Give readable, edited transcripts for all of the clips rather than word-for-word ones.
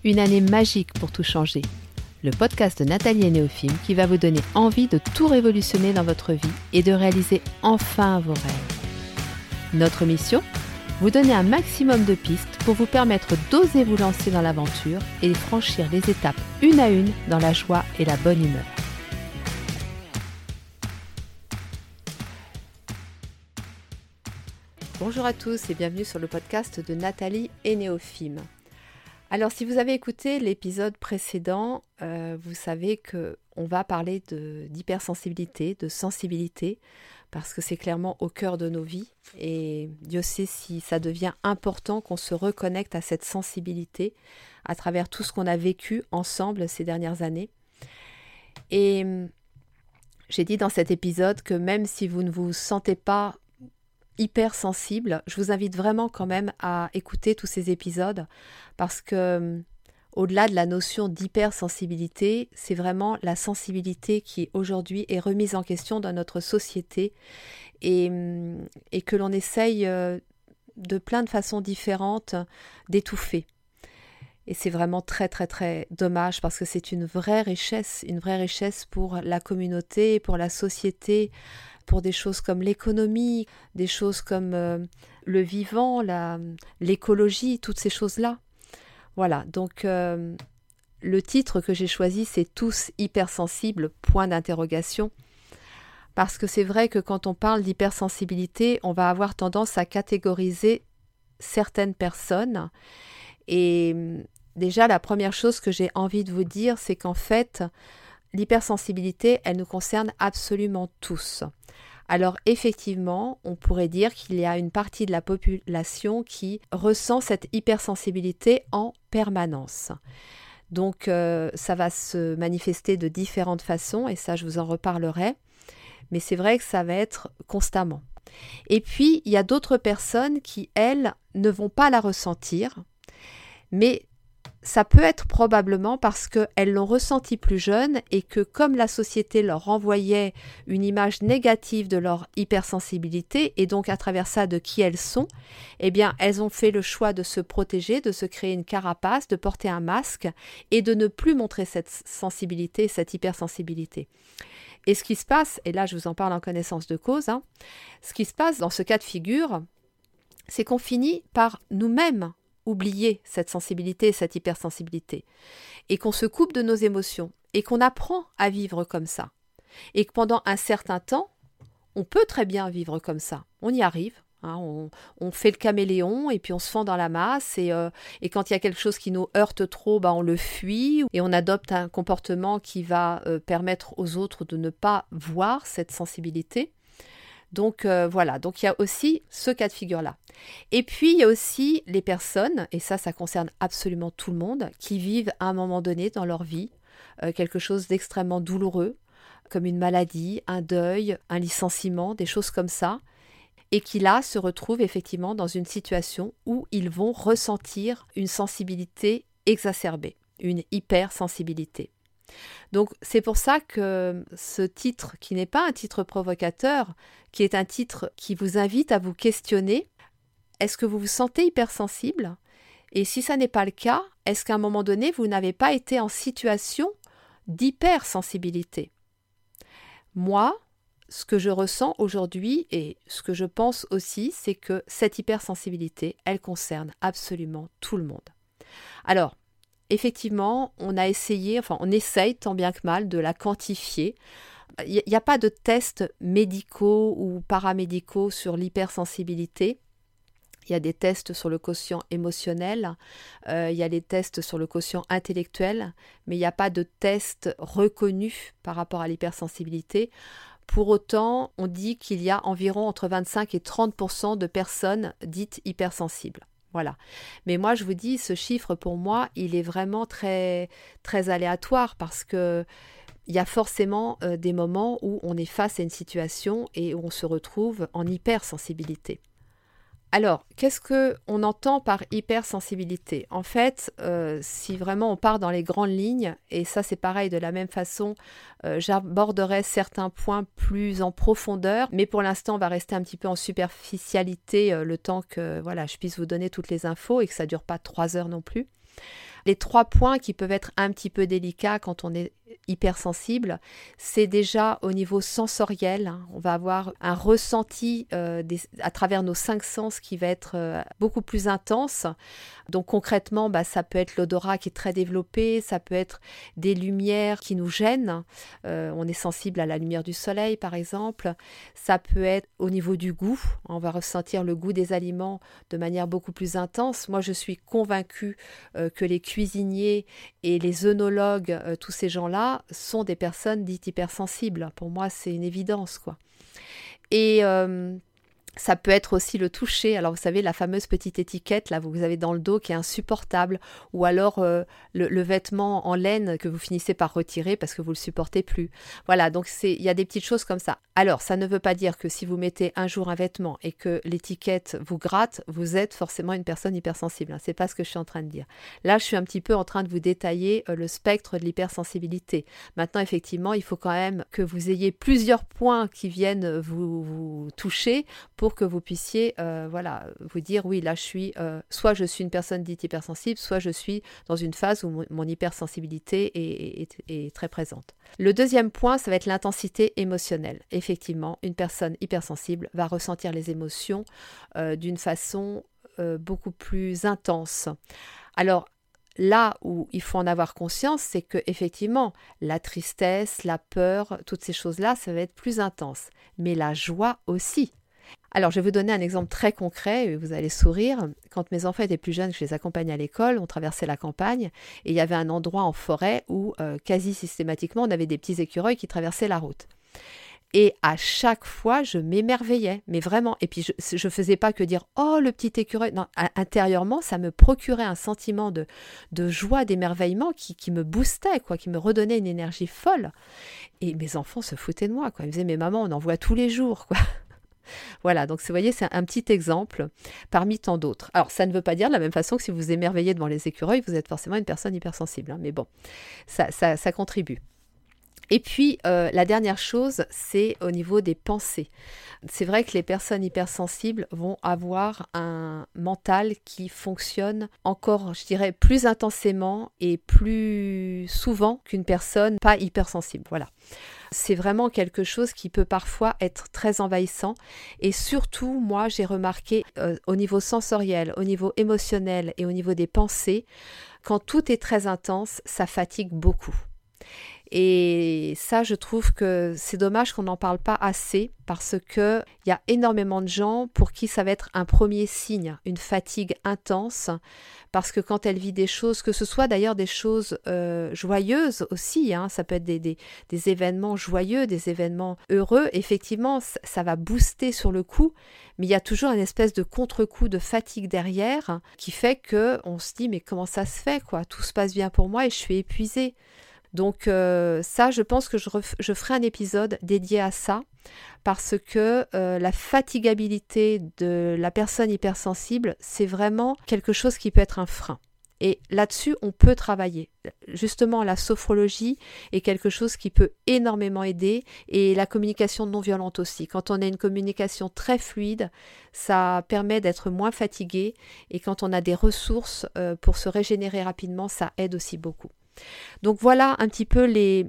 Une année magique pour tout changer. Le podcast de Nathalie et Néophime qui va vous donner envie de tout révolutionner dans votre vie et de réaliser enfin vos rêves. Notre mission ? Vous donner un maximum de pistes pour vous permettre d'oser vous lancer dans l'aventure et de franchir les étapes une à une dans la joie et la bonne humeur. Bonjour à tous et bienvenue sur le podcast de Nathalie et Néophime. Alors si vous avez écouté l'épisode précédent, vous savez qu'on va parler d'hypersensibilité, de sensibilité, parce que c'est clairement au cœur de nos vies et Dieu sait si ça devient important qu'on se reconnecte à cette sensibilité à travers tout ce qu'on a vécu ensemble ces dernières années. Et j'ai dit dans cet épisode que même si vous ne vous sentez pas hypersensible, je vous invite vraiment quand même à écouter tous ces épisodes parce que au-delà de la notion d'hypersensibilité, c'est vraiment la sensibilité qui aujourd'hui est remise en question dans notre société et que l'on essaye de plein de façons différentes d'étouffer. Et c'est vraiment très très très dommage parce que c'est une vraie richesse pour la communauté, pour la société, pour des choses comme l'économie, des choses comme le vivant, l'écologie, toutes ces choses-là. Voilà, donc le titre que j'ai choisi, c'est « Tous hypersensibles », point d'interrogation. Parce que c'est vrai que quand on parle d'hypersensibilité, on va avoir tendance à catégoriser certaines personnes. Et déjà, la première chose que j'ai envie de vous dire, c'est qu'en fait, l'hypersensibilité, elle nous concerne absolument tous. Alors effectivement, on pourrait dire qu'il y a une partie de la population qui ressent cette hypersensibilité en permanence. Donc ça va se manifester de différentes façons et ça je vous en reparlerai. Mais c'est vrai que ça va être constamment. Et puis il y a d'autres personnes qui, elles, ne vont pas la ressentir. Mais ça peut être probablement parce qu'elles l'ont ressenti plus jeune et que comme la société leur renvoyait une image négative de leur hypersensibilité et donc à travers ça de qui elles sont, eh bien elles ont fait le choix de se protéger, de se créer une carapace, de porter un masque et de ne plus montrer cette sensibilité, cette hypersensibilité. Et ce qui se passe, et là je vous en parle en connaissance de cause, ce qui se passe dans ce cas de figure, c'est qu'on finit par nous-mêmes oublier cette sensibilité, cette hypersensibilité, et qu'on se coupe de nos émotions, et qu'on apprend à vivre comme ça. Et que pendant un certain temps, on peut très bien vivre comme ça. On y arrive, on fait le caméléon, et puis on se fend dans la masse, et quand il y a quelque chose qui nous heurte trop, on le fuit, et on adopte un comportement qui va permettre aux autres de ne pas voir cette sensibilité. Donc voilà, donc il y a aussi ce cas de figure-là. Et puis il y a aussi les personnes, et ça concerne absolument tout le monde, qui vivent à un moment donné dans leur vie quelque chose d'extrêmement douloureux, comme une maladie, un deuil, un licenciement, des choses comme ça, et qui là se retrouvent effectivement dans une situation où ils vont ressentir une sensibilité exacerbée, une hypersensibilité. Donc c'est pour ça que ce titre, qui n'est pas un titre provocateur, qui est un titre qui vous invite à vous questionner, est-ce que vous vous sentez hypersensible ? Et si ça n'est pas le cas, est-ce qu'à un moment donné, vous n'avez pas été en situation d'hypersensibilité ? Moi, ce que je ressens aujourd'hui et ce que je pense aussi, c'est que cette hypersensibilité, elle concerne absolument tout le monde. Alors, effectivement, on essaye tant bien que mal de la quantifier. Il n'y a pas de tests médicaux ou paramédicaux sur l'hypersensibilité. Il y a des tests sur le quotient émotionnel, il y a des tests sur le quotient intellectuel, mais il n'y a pas de test reconnu par rapport à l'hypersensibilité. Pour autant, on dit qu'il y a environ entre 25 et 30% de personnes dites hypersensibles. Voilà. Mais moi, je vous dis, ce chiffre, pour moi, il est vraiment très, très aléatoire parce que il y a forcément des moments où on est face à une situation et où on se retrouve en hypersensibilité. Alors, qu'est-ce qu'on entend par hypersensibilité ? En fait, si vraiment on part dans les grandes lignes, et ça c'est pareil, de la même façon, j'aborderai certains points plus en profondeur, mais pour l'instant on va rester un petit peu en superficialité le temps que je puisse vous donner toutes les infos et que ça ne dure pas 3 heures non plus. Les 3 points qui peuvent être un petit peu délicats quand on est hypersensible, c'est déjà au niveau sensoriel. On va avoir un ressenti à travers nos 5 sens qui va être beaucoup plus intense. Donc concrètement, ça peut être l'odorat qui est très développé, ça peut être des lumières qui nous gênent. On est sensible à la lumière du soleil, par exemple. Ça peut être au niveau du goût. On va ressentir le goût des aliments de manière beaucoup plus intense. Moi, je suis convaincue que les cuisiniers et les œnologues, tous ces gens-là, sont des personnes dites hypersensibles. Pour moi, c'est une évidence, quoi. Et ça peut être aussi le toucher. Alors, vous savez, la fameuse petite étiquette là, vous avez dans le dos qui est insupportable. Ou alors le vêtement en laine que vous finissez par retirer parce que vous ne le supportez plus. Voilà, donc il y a des petites choses comme ça. Alors, ça ne veut pas dire que si vous mettez un jour un vêtement et que l'étiquette vous gratte, vous êtes forcément une personne hypersensible. C'est pas ce que je suis en train de dire. Là, je suis un petit peu en train de vous détailler le spectre de l'hypersensibilité. Maintenant, effectivement, il faut quand même que vous ayez plusieurs points qui viennent vous toucher pour que vous puissiez vous dire oui, là soit je suis une personne dite hypersensible, soit je suis dans une phase où mon hypersensibilité est très présente. Le deuxième point, ça va être l'intensité émotionnelle. Effectivement, une personne hypersensible va ressentir les émotions d'une façon beaucoup plus intense. Alors, là où il faut en avoir conscience, c'est que effectivement, la tristesse, la peur, toutes ces choses-là, ça va être plus intense. Mais la joie aussi. Alors, je vais vous donner un exemple très concret, et vous allez sourire. Quand mes enfants étaient plus jeunes, je les accompagnais à l'école, on traversait la campagne, et il y avait un endroit en forêt où, quasi systématiquement, on avait des petits écureuils qui traversaient la route. Et à chaque fois, je m'émerveillais, mais vraiment. Et puis, je faisais pas que dire « Oh, le petit écureuil !» Non, intérieurement, ça me procurait un sentiment de joie, d'émerveillement qui me boostait, quoi, qui me redonnait une énergie folle. Et mes enfants se foutaient de moi, quoi. Ils me disaient « Mais maman, on en voit tous les jours, quoi. » Voilà, donc vous voyez, c'est un petit exemple parmi tant d'autres. Alors, ça ne veut pas dire de la même façon que si vous vous émerveillez devant les écureuils, vous êtes forcément une personne hypersensible. Mais bon, ça contribue. Et puis, la dernière chose, c'est au niveau des pensées. C'est vrai que les personnes hypersensibles vont avoir un mental qui fonctionne encore, je dirais, plus intensément et plus souvent qu'une personne pas hypersensible. Voilà. C'est vraiment quelque chose qui peut parfois être très envahissant. Et surtout, moi, j'ai remarqué au niveau sensoriel, au niveau émotionnel et au niveau des pensées, quand tout est très intense, ça fatigue beaucoup. Et ça, je trouve que c'est dommage qu'on n'en parle pas assez parce qu'il y a énormément de gens pour qui ça va être un premier signe, une fatigue intense, parce que quand elle vit des choses, que ce soit d'ailleurs des choses joyeuses aussi, ça peut être des événements joyeux, des événements heureux, effectivement, ça va booster sur le coup, mais il y a toujours une espèce de contre-coup de fatigue derrière qui fait qu'on se dit, mais comment ça se fait, quoi ? Tout se passe bien pour moi et je suis épuisée. Donc ça, je pense que je ferai un épisode dédié à ça parce que la fatigabilité de la personne hypersensible, c'est vraiment quelque chose qui peut être un frein. Et là-dessus, on peut travailler. Justement, la sophrologie est quelque chose qui peut énormément aider et la communication non violente aussi. Quand on a une communication très fluide, ça permet d'être moins fatigué et quand on a des ressources pour se régénérer rapidement, ça aide aussi beaucoup. Donc voilà un petit peu les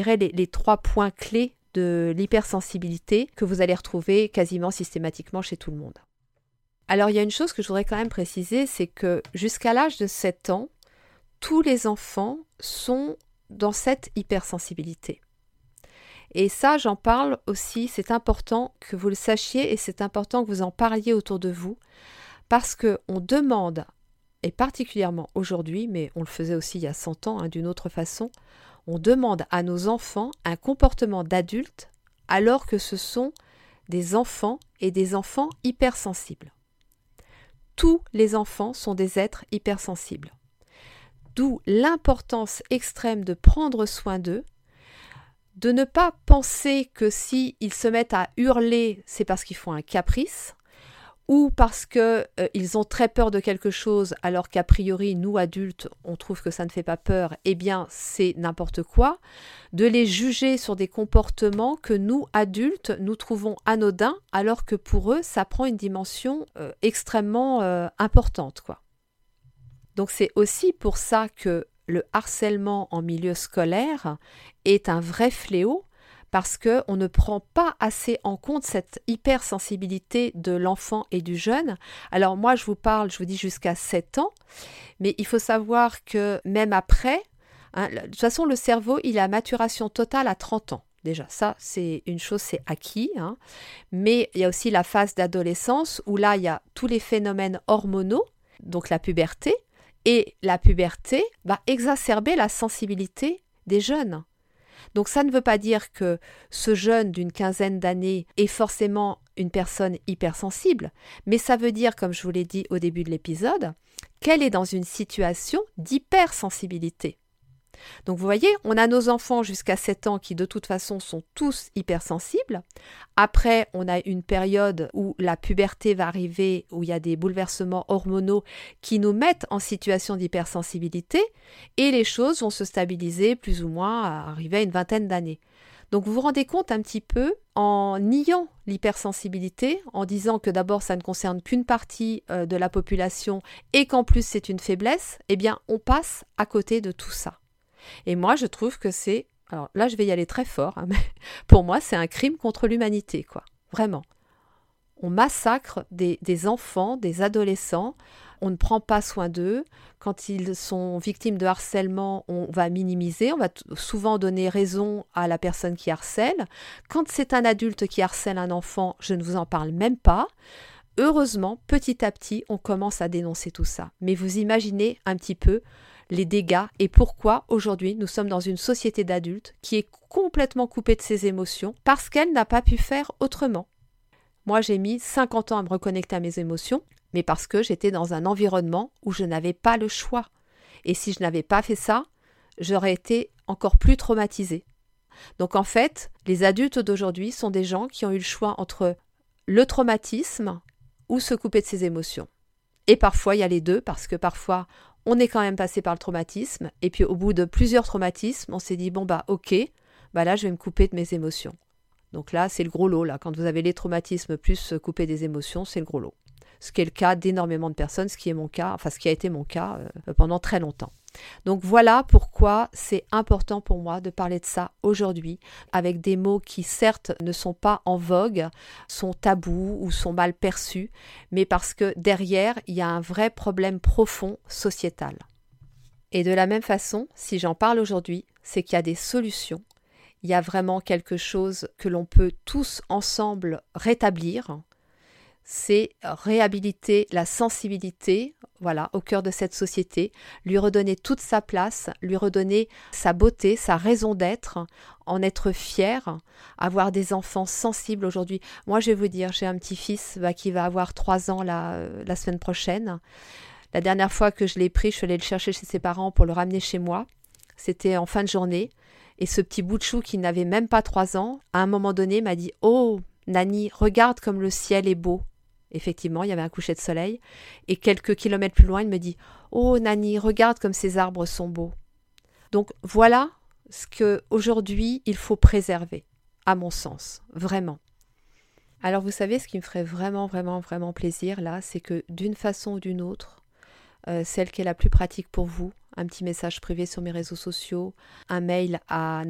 3 points clés de l'hypersensibilité que vous allez retrouver quasiment systématiquement chez tout le monde. Alors il y a une chose que je voudrais quand même préciser, c'est que jusqu'à l'âge de 7 ans, tous les enfants sont dans cette hypersensibilité. Et ça, j'en parle aussi, c'est important que vous le sachiez et c'est important que vous en parliez autour de vous parce qu'on demande, et particulièrement aujourd'hui, mais on le faisait aussi il y a 100 ans d'une autre façon, on demande à nos enfants un comportement d'adulte alors que ce sont des enfants et des enfants hypersensibles. Tous les enfants sont des êtres hypersensibles. D'où l'importance extrême de prendre soin d'eux, de ne pas penser que s'ils se mettent à hurler, c'est parce qu'ils font un caprice, ou parce qu'ils ont très peur de quelque chose, alors qu'a priori, nous, adultes, on trouve que ça ne fait pas peur, eh bien, c'est n'importe quoi, de les juger sur des comportements que nous, adultes, nous trouvons anodins, alors que pour eux, ça prend une dimension extrêmement importante, quoi. Donc c'est aussi pour ça que le harcèlement en milieu scolaire est un vrai fléau, parce qu'on ne prend pas assez en compte cette hypersensibilité de l'enfant et du jeune. Alors moi je vous dis jusqu'à 7 ans, mais il faut savoir que même après, de toute façon le cerveau il a maturation totale à 30 ans. Déjà, ça, c'est une chose, c'est acquis. Mais il y a aussi la phase d'adolescence où là, il y a tous les phénomènes hormonaux, donc la puberté. Et la puberté va exacerber la sensibilité des jeunes. Donc ça ne veut pas dire que ce jeune d'une quinzaine d'années est forcément une personne hypersensible, mais ça veut dire, comme je vous l'ai dit au début de l'épisode, qu'elle est dans une situation d'hypersensibilité. Donc vous voyez, on a nos enfants jusqu'à 7 ans qui de toute façon sont tous hypersensibles. Après, on a une période où la puberté va arriver, où il y a des bouleversements hormonaux qui nous mettent en situation d'hypersensibilité et les choses vont se stabiliser plus ou moins à arriver à une vingtaine d'années. Donc vous vous rendez compte un petit peu, en niant l'hypersensibilité, en disant que d'abord ça ne concerne qu'une partie de la population et qu'en plus c'est une faiblesse, eh bien on passe à côté de tout ça. Et moi, je trouve que c'est... Alors là, je vais y aller très fort, mais pour moi, c'est un crime contre l'humanité, quoi. Vraiment. On massacre des enfants, des adolescents, on ne prend pas soin d'eux. Quand ils sont victimes de harcèlement, on va minimiser, on va souvent donner raison à la personne qui harcèle. Quand c'est un adulte qui harcèle un enfant, je ne vous en parle même pas. Heureusement, petit à petit, on commence à dénoncer tout ça. Mais vous imaginez un petit peu les dégâts et pourquoi aujourd'hui nous sommes dans une société d'adultes qui est complètement coupée de ses émotions parce qu'elle n'a pas pu faire autrement. Moi, j'ai mis 50 ans à me reconnecter à mes émotions, mais parce que j'étais dans un environnement où je n'avais pas le choix. Et si je n'avais pas fait ça, j'aurais été encore plus traumatisée. Donc en fait, les adultes d'aujourd'hui sont des gens qui ont eu le choix entre le traumatisme ou se couper de ses émotions. Et parfois, il y a les deux, parce que parfois, on est quand même passé par le traumatisme, et puis au bout de plusieurs traumatismes, on s'est dit, bon bah ok, bah là je vais me couper de mes émotions. Donc là, c'est le gros lot, là. Quand vous avez les traumatismes plus se couper des émotions, c'est le gros lot. Ce qui est le cas d'énormément de personnes, ce qui a été mon cas pendant très longtemps. Donc voilà pourquoi c'est important pour moi de parler de ça aujourd'hui, avec des mots qui certes ne sont pas en vogue, sont tabous ou sont mal perçus, mais parce que derrière, il y a un vrai problème profond sociétal. Et de la même façon, si j'en parle aujourd'hui, c'est qu'il y a des solutions. Il y a vraiment quelque chose que l'on peut tous ensemble rétablir. C'est réhabiliter la sensibilité, voilà, au cœur de cette société, lui redonner toute sa place, lui redonner sa beauté, sa raison d'être, en être fier, avoir des enfants sensibles aujourd'hui. Moi, je vais vous dire, j'ai un petit-fils qui va avoir 3 ans la semaine prochaine. La dernière fois que je l'ai pris, je suis allée le chercher chez ses parents pour le ramener chez moi. C'était en fin de journée. Et ce petit bout de chou qui n'avait même pas 3 ans, à un moment donné, m'a dit « Oh, Nani, regarde comme le ciel est beau ». Effectivement, il y avait un coucher de soleil. Et quelques kilomètres plus loin, il me dit « Oh, Nani, regarde comme ces arbres sont beaux ». Donc voilà ce qu'aujourd'hui, il faut préserver, à mon sens, vraiment. Alors vous savez, ce qui me ferait vraiment, vraiment, vraiment plaisir, là, c'est que d'une façon ou d'une autre, celle qui est la plus pratique pour vous, un petit message privé sur mes réseaux sociaux, un mail à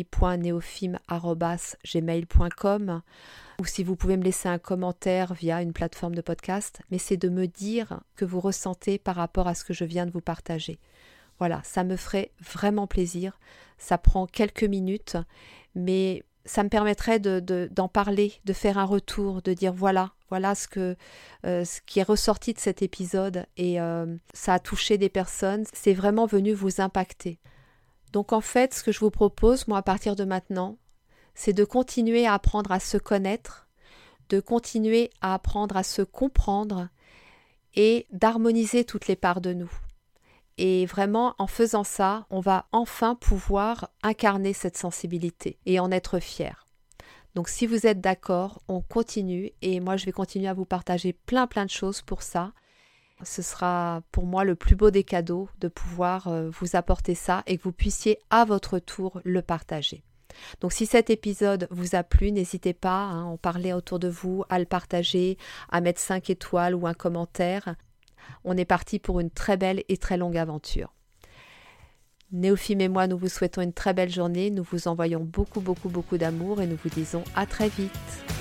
nathalie.neofim@gmail.com, ou si vous pouvez me laisser un commentaire via une plateforme de podcast, mais c'est de me dire ce que vous ressentez par rapport à ce que je viens de vous partager. Voilà, ça me ferait vraiment plaisir. Ça prend quelques minutes, mais ça me permettrait d'en parler, de faire un retour, de dire voilà ce qui est ressorti de cet épisode et ça a touché des personnes, c'est vraiment venu vous impacter. Donc en fait, ce que je vous propose, moi, à partir de maintenant, c'est de continuer à apprendre à se connaître, de continuer à apprendre à se comprendre et d'harmoniser toutes les parts de nous. Et vraiment, en faisant ça, on va enfin pouvoir incarner cette sensibilité et en être fier. Donc si vous êtes d'accord, on continue et moi je vais continuer à vous partager plein de choses pour ça. Ce sera pour moi le plus beau des cadeaux de pouvoir vous apporter ça et que vous puissiez à votre tour le partager. Donc si cet épisode vous a plu, n'hésitez pas à en parler autour de vous, à le partager, à mettre 5 étoiles ou un commentaire. on est parti pour une très belle et très longue aventure. Néophime et moi, nous vous souhaitons une très belle journée, nous vous envoyons beaucoup d'amour et nous vous disons à très vite.